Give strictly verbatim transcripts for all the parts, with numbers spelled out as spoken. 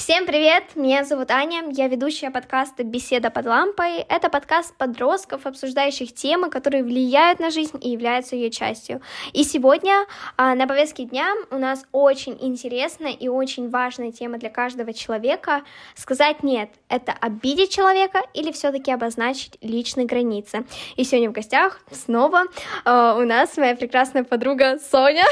Всем привет, меня зовут Аня, я ведущая подкаста «Беседа под лампой». Это подкаст подростков, обсуждающих темы, которые влияют на жизнь и являются ее частью. И сегодня а, на повестке дня у нас очень интересная и очень важная тема для каждого человека. Сказать «нет» — это обидеть человека или все-таки обозначить личные границы. И сегодня в гостях снова а, у нас моя прекрасная подруга Соня.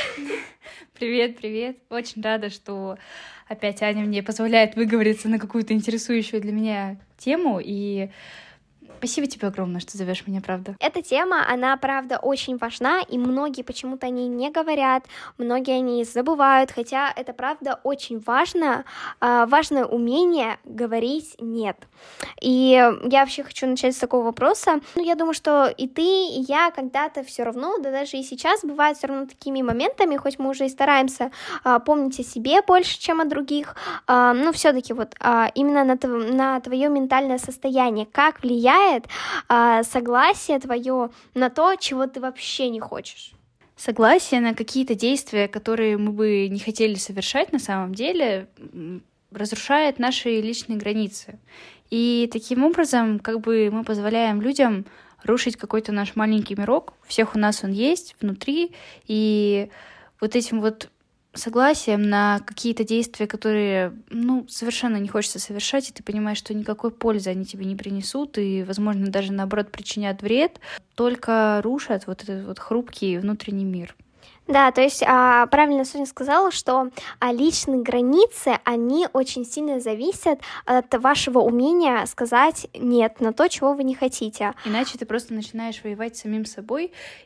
Привет, привет. Очень рада, что опять Аня мне позволяет выговориться на какую-то интересующую для меня тему, и спасибо тебе огромное, что зовешь меня, правда. Эта тема, она, правда, очень важна, и многие почему-то о ней не говорят, многие о ней забывают, хотя это, правда, очень важно, важное умение говорить «нет». И я вообще хочу начать с такого вопроса. Ну, я думаю, что и ты, и я когда-то все равно, да даже и сейчас бывают все равно такими моментами, хоть мы уже и стараемся помнить о себе больше, чем о других, но все-таки вот именно на, тв- на твое ментальное состояние, как влияет а, согласие твое на то, чего ты вообще не хочешь. Согласие на какие-то действия, которые мы бы не хотели совершать на самом деле, разрушает наши личные границы. И таким образом, как бы мы позволяем людям рушить какой-то наш маленький мирок. У всех у нас он есть внутри, и вот этим вот согласием на какие-то действия, которые, ну, совершенно не хочется совершать, и ты понимаешь, что никакой пользы они тебе не принесут, и, возможно, даже, наоборот, причинят вред, только рушат вот этот вот хрупкий внутренний мир. Да, то есть а, правильно Соня сказала, что а, личные границы, они очень сильно зависят от вашего умения сказать «нет» на то, чего вы не хотите. Иначе ты просто начинаешь воевать с самим собой,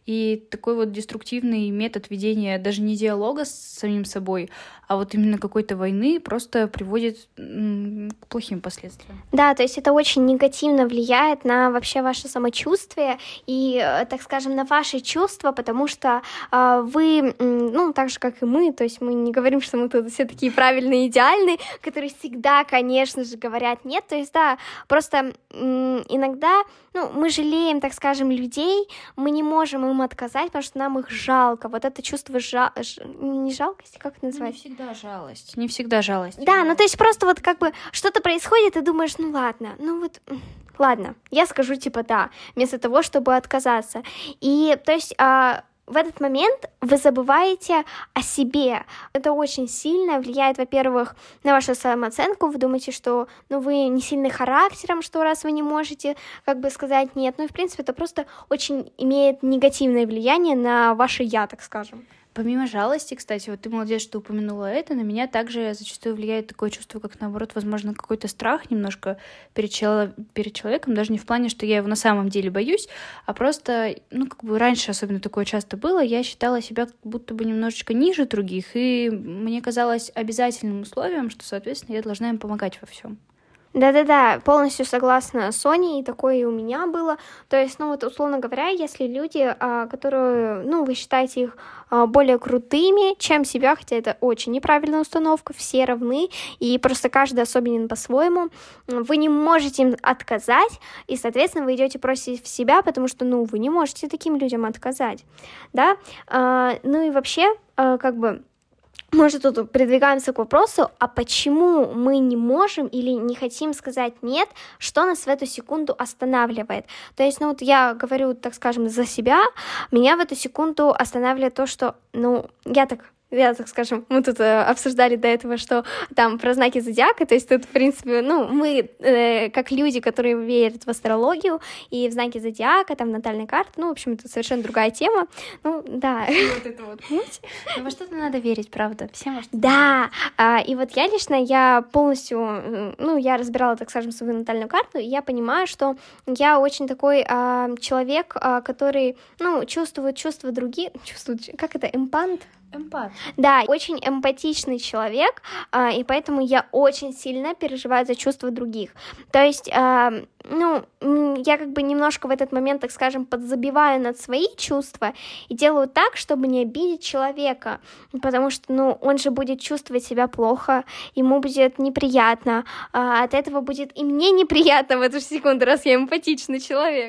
и такой вот деструктивный метод ведения даже не диалога с самим собой, а вот именно какой-то войны просто приводит м- к плохим последствиям. Да, то есть это очень негативно влияет на вообще ваше самочувствие и, так скажем, на ваши чувства, потому что а, вы ну, так же, как и мы, то есть мы не говорим, что мы тут все такие правильные, идеальные, которые всегда, конечно же, говорят «нет», то есть, да, просто м- иногда, ну, мы жалеем, так скажем, людей, мы не можем им отказать, потому что нам их жалко, вот это чувство жал... Ж... не жалкости, как это называется? Ну, не всегда жалость, не всегда жалость. Да, ну, то есть просто вот как бы что-то происходит, и думаешь, ну, ладно, ну, вот... Ладно, я скажу типа «да», вместо того, чтобы отказаться. И, то есть... А... В этот момент вы забываете о себе. Это очень сильно влияет, во-первых, на вашу самооценку. Вы думаете, что ну, вы не сильный характером, что раз вы не можете как бы сказать «нет». Ну и, в принципе, это просто очень имеет негативное влияние на ваше «я», так скажем. Помимо жалости, кстати, вот ты молодец, что упомянула это, на меня также зачастую влияет такое чувство, как, наоборот, возможно, какой-то страх немножко перед, чело- перед человеком, даже не в плане, что я его на самом деле боюсь, а просто, ну, как бы раньше особенно такое часто было, я считала себя как будто бы немножечко ниже других, и мне казалось обязательным условием, что, соответственно, я должна им помогать во всем. Да-да-да, полностью согласна с Соней, и такое и у меня было. То есть, ну вот, условно говоря, если люди, которые, ну, вы считаете их более крутыми, чем себя, хотя это очень неправильная установка, все равны, и просто каждый особенен по-своему, вы не можете им отказать, и, соответственно, вы идете против себя, потому что, ну, вы не можете таким людям отказать, да. Ну и вообще, как бы, мы же тут придвигаемся к вопросу, а почему мы не можем или не хотим сказать «нет», что нас в эту секунду останавливает. То есть, ну вот я говорю, так скажем, за себя, меня в эту секунду останавливает то, что, ну, я так... Я, так скажем, мы тут э, обсуждали до этого, что там про знаки зодиака, то есть тут, в принципе, ну, мы э, как люди, которые верят в астрологию и в знаки зодиака, там, натальная карта, ну, в общем, это совершенно другая тема, ну, да. Вот это вот путь. Но во что-то надо верить, правда, всем во что-то. Да, а, и вот я лично, я полностью, ну, я разбирала, так скажем, свою натальную карту, и я понимаю, что я очень такой а, человек, а, который, ну, чувствует чувства других, чувствует, как это, эмпант? Эмпат. Да, очень эмпатичный человек, а, и поэтому я очень сильно переживаю за чувства других. То есть, а, ну, я как бы немножко в этот момент, так скажем, подзабиваю над свои чувства и делаю так, чтобы не обидеть человека, потому что, ну, он же будет чувствовать себя плохо, ему будет неприятно, а от этого будет и мне неприятно в эту секунду, раз я эмпатичный человек.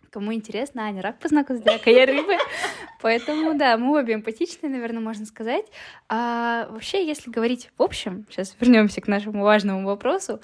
Кому интересно, Аня рак по знаку зодиака, я рыбы. Поэтому, да, мы обе эмпатичные, наверное, можно сказать. А вообще, если говорить в общем, сейчас вернемся к нашему важному вопросу,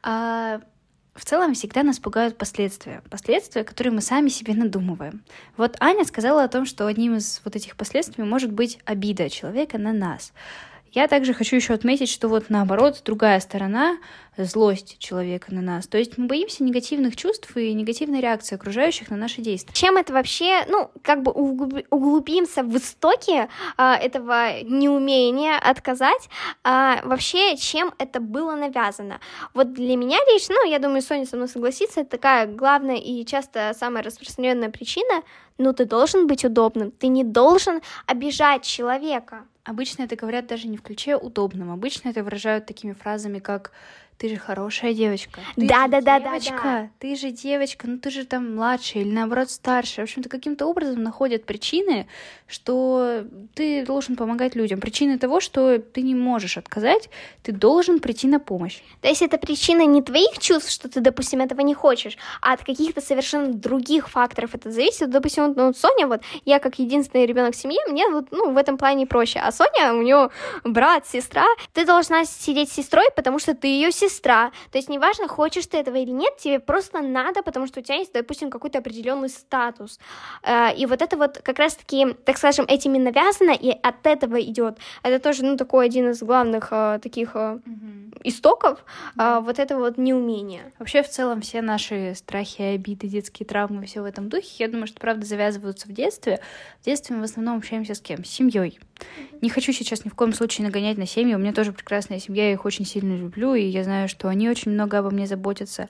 а, в целом всегда нас пугают последствия. Последствия, которые мы сами себе надумываем. Вот Аня сказала о том, что одним из вот этих последствий может быть обида человека на нас. Я также хочу еще отметить, что вот наоборот, другая сторона — злость человека на нас. То есть мы боимся негативных чувств и негативной реакции окружающих на наши действия. Чем это вообще, ну, как бы углубимся в истоки а, этого неумения отказать, а, вообще, чем это было навязано? Вот для меня лично, ну, я думаю, Соня со мной согласится, это такая главная и часто самая распространенная причина: ну, ты должен быть удобным, ты не должен обижать человека. Обычно это говорят даже не в ключе удобном. Обычно это выражают такими фразами, как «ты же хорошая девочка». Ты да, же да, да, девочка, да, да. Ты же девочка, ну ты же там младшая или наоборот старшая. В общем-то, каким-то образом находят причины, что ты должен помогать людям. Причины того, что ты не можешь отказать, ты должен прийти на помощь. То есть это причина не твоих чувств, что ты, допустим, этого не хочешь, а от каких-то совершенно других факторов это зависит. Допустим, вот, ну, вот Соня, вот я как единственный ребенок в семье, мне вот, ну, в этом плане проще. А Соня, у нее брат, сестра. Ты должна сидеть с сестрой, потому что ты ее сестра. То есть неважно, хочешь ты этого или нет, тебе просто надо, потому что у тебя есть, допустим, какой-то определенный статус. И вот это вот как раз-таки, так скажем, этими навязано, и от этого идет. Это тоже, ну, такой один из главных таких mm-hmm. истоков, mm-hmm. вот это вот неумение. Вообще, в целом, все наши страхи, обиды, детские травмы, все в этом духе, я думаю, что, правда, завязываются в детстве. В детстве мы в основном общаемся с кем? С семьей. Не хочу сейчас ни в коем случае нагонять на семьи. У меня тоже прекрасная семья, я их очень сильно люблю, и я знаю, что они очень много обо мне заботятся.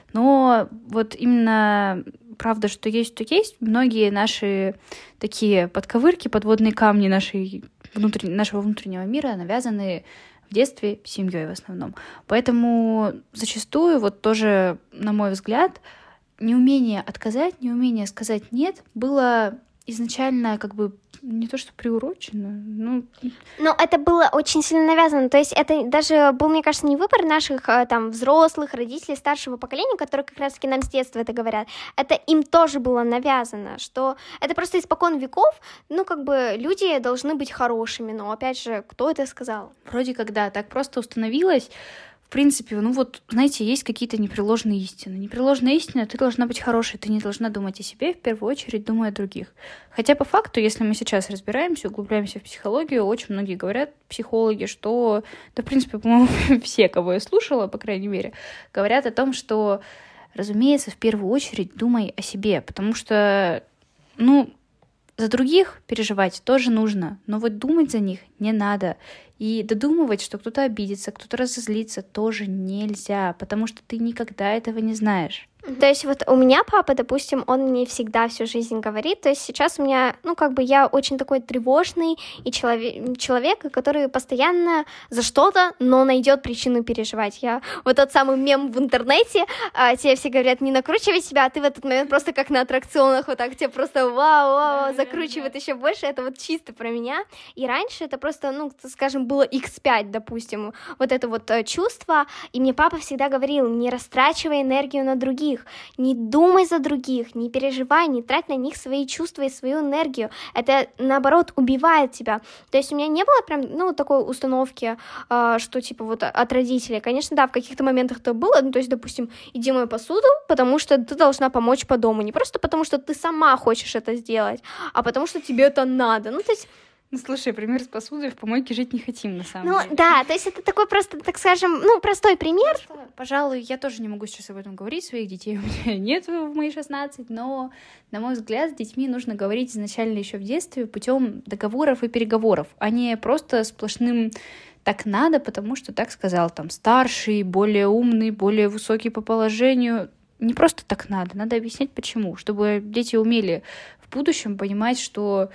Но вот именно правда, что есть, то есть. Многие наши такие подковырки, подводные камни нашей внутрен... нашего внутреннего мира навязаны в детстве семьей в основном. Поэтому зачастую, вот тоже, на мой взгляд, неумение отказать, неумение сказать «нет» было изначально как бы не то что приурочено, ну... Но это было очень сильно навязано, то есть это даже был, мне кажется, не выбор наших там взрослых, родителей старшего поколения, которые как раз-таки нам с детства это говорят, это им тоже было навязано, что это просто испокон веков, ну как бы люди должны быть хорошими, но опять же, кто это сказал? Вроде как да, так просто установилось. В принципе, ну вот, знаете, есть какие-то непреложные истины. Непреложная истина — ты должна быть хорошей, ты не должна думать о себе, в первую очередь думая о других. Хотя по факту, если мы сейчас разбираемся, углубляемся в психологию, очень многие говорят, психологи, что, да, в принципе, по-моему, все, кого я слушала, по крайней мере, говорят о том, что, разумеется, в первую очередь думай о себе, потому что, ну, за других переживать тоже нужно, но вот думать за них не надо. И додумывать, что кто-то обидится, кто-то разозлится, тоже нельзя, потому что ты никогда этого не знаешь. То есть вот у меня папа, допустим, он мне всегда всю жизнь говорит, то есть сейчас у меня, ну, как бы я очень такой тревожный и человек, человек, который постоянно за что-то, но найдет причину переживать. Я вот тот самый мем в интернете, а, тебе все говорят, не накручивай себя, а ты в этот момент просто как на аттракционах, вот так тебе просто вау-вау, закручивает еще больше, это вот чисто про меня. И раньше это просто, ну, скажем, было икс пять, допустим, вот это вот чувство, и мне папа всегда говорил, не растрачивай энергию на других, не думай за других, не переживай, не трать на них свои чувства и свою энергию. Это, наоборот, убивает тебя. То есть у меня не было прям, ну, такой установки, э, что, типа, вот от родителей. Конечно, да, в каких-то моментах это было, ну, то есть, допустим, иди мой посуду, потому что ты должна помочь по дому. Не просто потому, что ты сама хочешь это сделать, а потому что тебе это надо. Ну, то есть... Ну, слушай, пример с посудой, в помойке жить не хотим, на самом ну, деле. Ну, да, то есть это такой просто, так скажем, ну, простой пример. Просто, пожалуй, я тоже не могу сейчас об этом говорить, своих детей у меня нет в мои шестнадцать, но, на мой взгляд, с детьми нужно говорить изначально еще в детстве путем договоров и переговоров, а не просто сплошным «так надо, потому что так сказал там старший, более умный, более высокий по положению». Не просто так надо, надо объяснять почему, чтобы дети умели в будущем понимать, что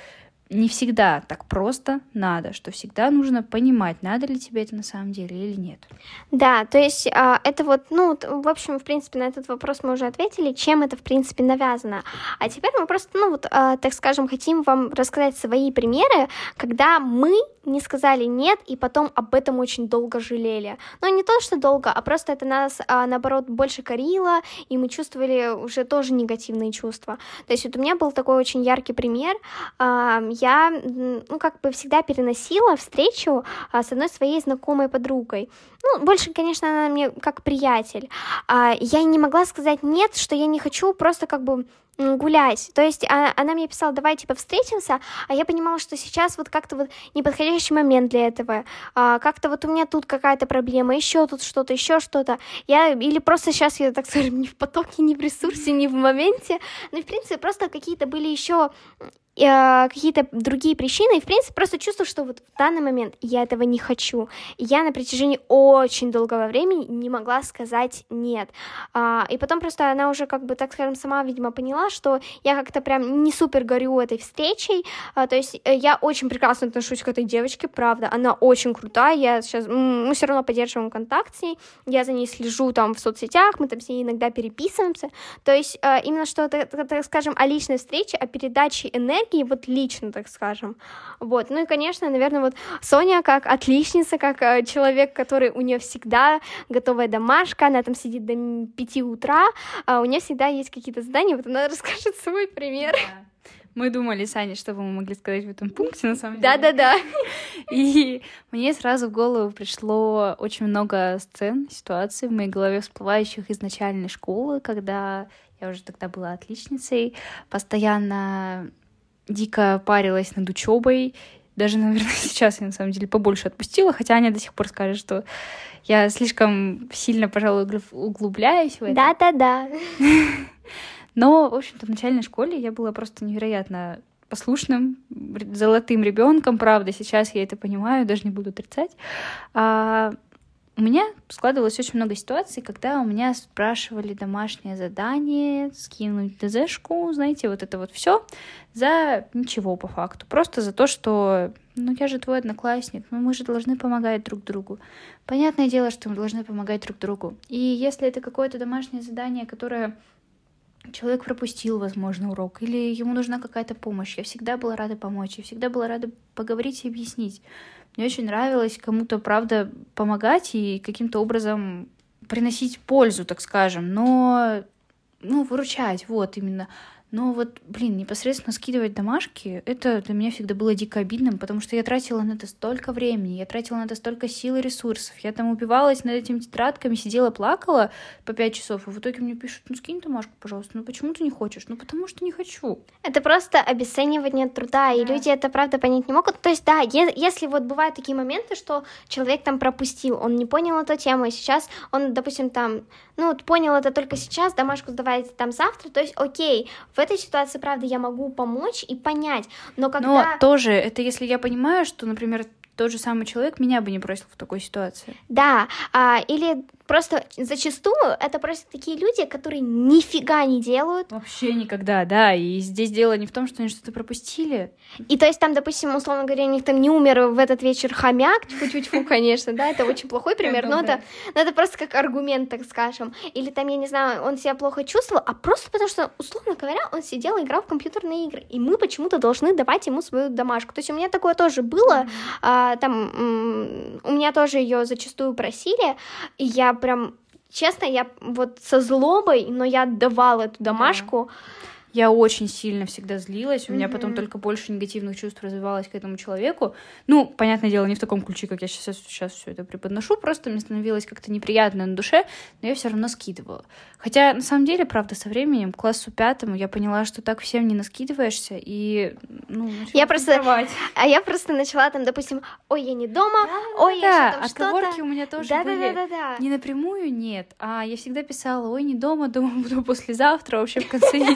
не всегда так просто надо, что всегда нужно понимать, надо ли тебе это на самом деле или нет. Да, то есть а, это вот, ну, в общем, в принципе, на этот вопрос мы уже ответили, чем это, в принципе, навязано. А теперь мы просто, ну, вот, а, так скажем, хотим вам рассказать свои примеры, когда мы не сказали «нет», и потом об этом очень долго жалели. Ну, не то, что долго, а просто это нас, а, наоборот, больше корило, и мы чувствовали уже тоже негативные чувства. То есть вот у меня был такой очень яркий пример. А, я, ну, как бы всегда переносила встречу а, с одной своей знакомой подругой. Ну, больше, конечно, она мне как приятель. А, я не могла сказать «нет», что я не хочу просто как бы гулять. То есть а, она мне писала, давай, типа, встретимся, а я понимала, что сейчас вот как-то вот неподходящий момент для этого. А, как-то вот у меня тут какая-то проблема, еще тут что-то, еще что-то. Я, или просто сейчас я, так скажем, не в потоке, не в ресурсе, не в моменте. Ну, и, в принципе, просто какие-то были еще какие-то другие причины, и, в принципе, просто чувствую, что вот в данный момент я этого не хочу. И я на протяжении очень долгого времени не могла сказать «нет». А, и потом просто она уже, как бы, так скажем, сама, видимо, поняла, что я как-то прям не супер горю этой встречей. А, то есть я очень прекрасно отношусь к этой девочке, правда, она очень крутая, я сейчас, мы все равно поддерживаем контакт с ней, я за ней слежу там в соцсетях, мы там с ней иногда переписываемся. То есть именно что, так, так скажем, о личной встрече, о передаче энергии, вот лично, так скажем. Вот. Ну и, конечно, наверное, вот Соня как отличница, как э, человек, который у нее всегда готовая домашка, она там сидит до пяти утра, а у нее всегда есть какие-то задания, вот она расскажет свой пример. Да. Мы думали с Аней, что бы мы могли сказать в этом пункте, на самом деле. Да-да-да. И мне сразу в голову пришло очень много сцен, ситуаций в моей голове, всплывающих из начальной школы, когда я уже тогда была отличницей, постоянно дико парилась над учебой. Даже, наверное, сейчас я, на самом деле, побольше отпустила, хотя Аня до сих пор скажет, что я слишком сильно, пожалуй, углубляюсь в это. Да-да-да. Но, в общем-то, в начальной школе я была просто невероятно послушным, золотым ребенком, правда, сейчас я это понимаю, даже не буду отрицать. А у меня складывалось очень много ситуаций, когда у меня спрашивали домашнее задание, скинуть ДЗшку, знаете, вот это вот все за ничего по факту. Просто за то, что, ну, я же твой одноклассник, ну, мы же должны помогать друг другу. Понятное дело, что мы должны помогать друг другу. И если это какое-то домашнее задание, которое человек пропустил, возможно, урок, или ему нужна какая-то помощь, я всегда была рада помочь, я всегда была рада поговорить и объяснить. Мне очень нравилось кому-то, правда, помогать и каким-то образом приносить пользу, так скажем, но, ну, выручать, вот именно. Но вот, блин, непосредственно скидывать домашки, это для меня всегда было дико обидным, потому что я тратила на это столько времени, я тратила на это столько сил и ресурсов. Я там убивалась над этими тетрадками, сидела, плакала по пять часов, и в итоге мне пишут, ну, скинь домашку, пожалуйста. Ну, почему ты не хочешь? Ну, потому что не хочу. Это просто обесценивание труда, да. И люди это, правда, понять не могут. То есть, да, е- если вот бывают такие моменты, что человек там пропустил, он не понял эту тему, и сейчас он, допустим, там, ну, вот понял это только сейчас, домашку сдавайте там завтра, то есть, окей, в этой ситуации, правда, я могу помочь и понять, но когда... Но тоже, это если я понимаю, что, например, тот же самый человек меня бы не бросил в такой ситуации. Да, а, или просто зачастую это просто такие люди, которые нифига не делают. Вообще никогда, да, и здесь дело не в том, что они что-то пропустили. И то есть там, допустим, условно говоря, у них там не умер в этот вечер хомяк, тьфу-тьфу-тьфу, конечно, да, это очень плохой пример, но это, но это просто как аргумент, так скажем. Или там, я не знаю, он себя плохо чувствовал, а просто потому что, условно говоря, он сидел и играл в компьютерные игры, и мы почему-то должны давать ему свою домашку. То есть у меня такое тоже было, mm-hmm. а, там, м- у меня тоже ее зачастую просили, и я прям, честно, я вот со злобой, но я отдавала эту домашку. Yeah. Я очень сильно всегда злилась, у меня mm-hmm. потом только больше негативных чувств развивалось к этому человеку. Ну, понятное дело, не в таком ключе, как я сейчас, сейчас все это преподношу, просто мне становилось как-то неприятно на душе, но я все равно скидывала. Хотя, на самом деле, правда, со временем, к классу пятому, я поняла, что так всем не наскидываешься, и, ну, начала я просто, а я просто начала там, допустим, ой, я не дома, да, ой, да, я еще там отговорки что-то. у меня тоже да, были. Да, да, да, да. Не напрямую, нет, а я всегда писала, ой, не дома, дома буду послезавтра, вообще в конце недели.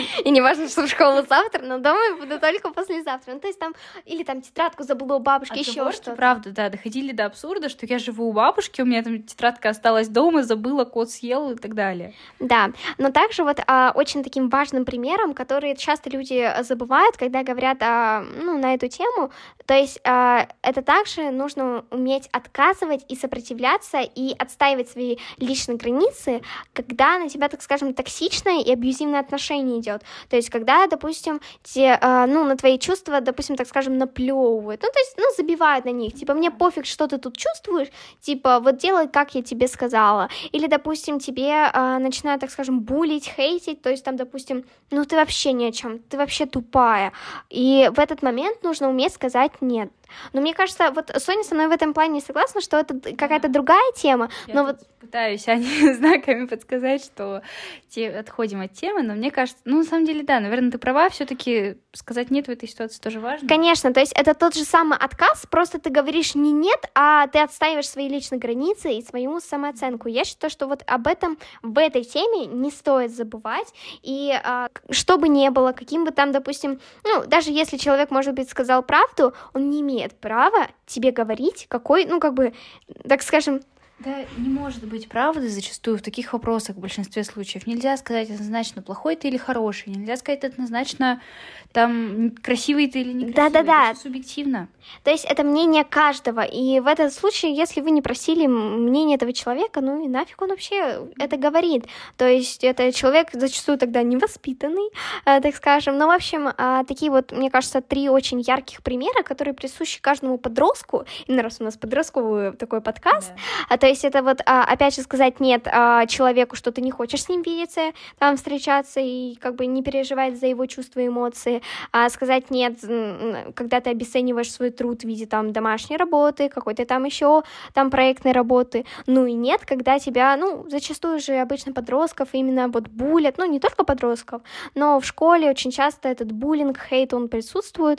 И не важно, что в школу завтра, но дома я буду только послезавтра. Ну, то есть там, или там тетрадку забыла у бабушки, еще что-то. Правда, да, доходили до абсурда, что я живу у бабушки, у меня там тетрадка осталась дома, забыла, кот съел и так далее. Да, но также вот а, очень таким важным примером, который часто люди забывают, когда говорят а, ну, на эту тему, то есть а, это также нужно уметь отказывать и сопротивляться, и отстаивать свои личные границы, когда на тебя, так скажем, токсичное и абьюзивное отношение идет. То есть когда, допустим, те, а, ну, на твои чувства, допустим, так скажем, наплевывают, ну, то есть, ну, забивают на них, типа, мне пофиг, что ты тут чувствуешь, типа, вот делай, как я тебе сказала, или, допустим, тебе а, начинают, так скажем, булить, хейтить, то есть там, допустим, ну, ты вообще ни о чем, ты вообще тупая, и в этот момент нужно уметь сказать «нет». Но мне кажется, вот Соня со мной в этом плане согласна, что это какая-то другая тема. Я но вот пытаюсь Ане знаками подсказать, что те, отходим от темы, но мне кажется, ну, на самом деле, да, наверное, ты права, все-таки сказать «нет» в этой ситуации тоже важно. Конечно, то есть это тот же самый отказ, просто ты говоришь не «нет», а ты отстаиваешь свои личные границы и свою самооценку. Я считаю, что вот об этом в этой теме не стоит забывать, и а, что бы ни было, каким бы там, допустим, ну, даже если человек, может быть, сказал правду, он не имеет права тебе говорить, какой, ну, как бы, так скажем... Да, не может быть правды зачастую в таких вопросах в большинстве случаев. Нельзя сказать однозначно, плохой ты или хороший. Нельзя сказать однозначно, там, красивый ты или некрасивый. Да-да-да. Это субъективно. То есть это мнение каждого. И в этом случае, если вы не просили мнение этого человека, ну и нафиг он вообще это говорит. То есть это человек зачастую тогда невоспитанный, э, так скажем. Но, в общем, э, такие вот, мне кажется, три очень ярких примера, которые присущи каждому подростку. Именно раз у нас подростковый такой подкаст. Да. То есть это вот, опять же, сказать «нет» человеку, что ты не хочешь с ним видеться, там встречаться и как бы не переживать за его чувства и эмоции, а сказать «нет», когда ты обесцениваешь свой труд в виде там домашней работы, какой-то там еще там проектной работы, ну и «нет», когда тебя, ну, зачастую же обычно подростков именно вот булят, ну, не только подростков, но в школе очень часто этот буллинг, хейт, он присутствует,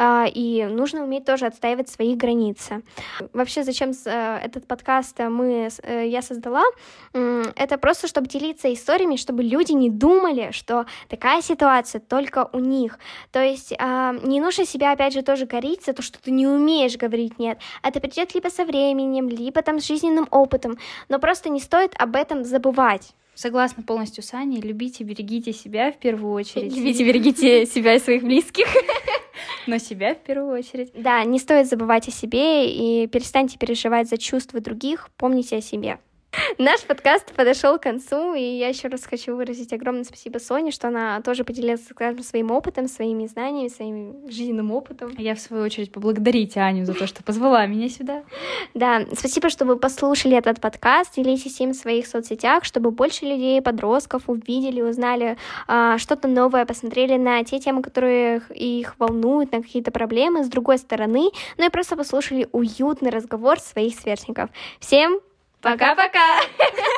и нужно уметь тоже отстаивать свои границы. Вообще, зачем этот подкаст мы, я создала, это просто, чтобы делиться историями, чтобы люди не думали, что такая ситуация только у них. То есть не нужно себя, опять же, тоже корить за то, что ты не умеешь говорить «нет». Это придет либо со временем, либо там с жизненным опытом, но просто не стоит об этом забывать. Согласна полностью с Аней. Любите, берегите себя в первую очередь. Любите, берегите себя и своих близких. Но себя в первую очередь. Да, не стоит забывать о себе и перестаньте переживать за чувства других, помните о себе. Наш подкаст подошел к концу, и я еще раз хочу выразить огромное спасибо Соне, что она тоже поделилась, скажем, своим опытом, своими знаниями, своим жизненным опытом. А я, в свою очередь, поблагодарить Аню за то, что позвала меня сюда. Да, спасибо, что вы послушали этот подкаст, делитесь им в своих соцсетях, чтобы больше людей, подростков увидели, узнали а, что-то новое, посмотрели на те темы, которые их волнуют, на какие-то проблемы с другой стороны, ну и просто послушали уютный разговор своих сверстников. Всем пока-пока!